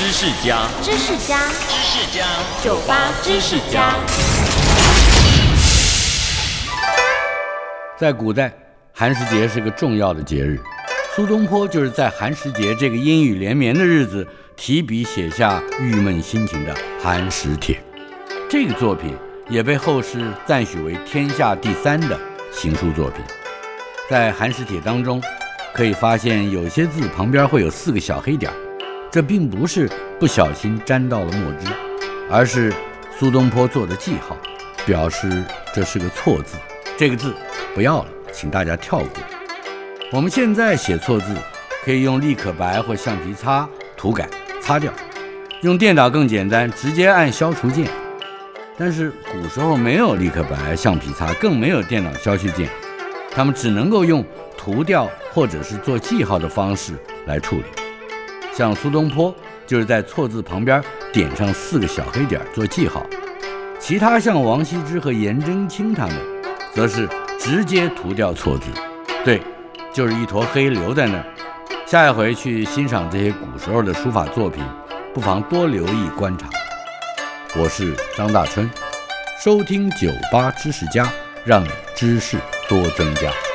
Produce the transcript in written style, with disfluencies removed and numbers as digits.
知识家， 知识家， 知识家， 酒吧知识家。 在古代，寒食节是个重要的节日。苏东坡就是在寒食节这个阴雨连绵的日子，提笔写下郁闷心情的《寒食帖》。这个作品也被后世赞许为天下第3的行书作品。在《寒食帖》当中，可以发现有些字旁边会有4个小黑点，这并不是不小心沾到了墨汁，而是苏东坡做的记号，表示这是个错字，这个字不要了，请大家跳过。我们现在写错字，可以用立可白或橡皮擦涂改擦掉，用电脑更简单，直接按消除键。但是古时候没有立可白、橡皮擦，更没有电脑消去键，他们只能够用涂掉或者是做记号的方式来处理。像苏东坡就是在错字旁边点上4个小黑点做记号，其他像王羲之和颜真卿他们则是直接涂掉错字，对，就是一坨黑留在那儿。下一回去欣赏这些古时候的书法作品，不妨多留意观察。我是张大春，收听酒吧知识家，让你知识多增加。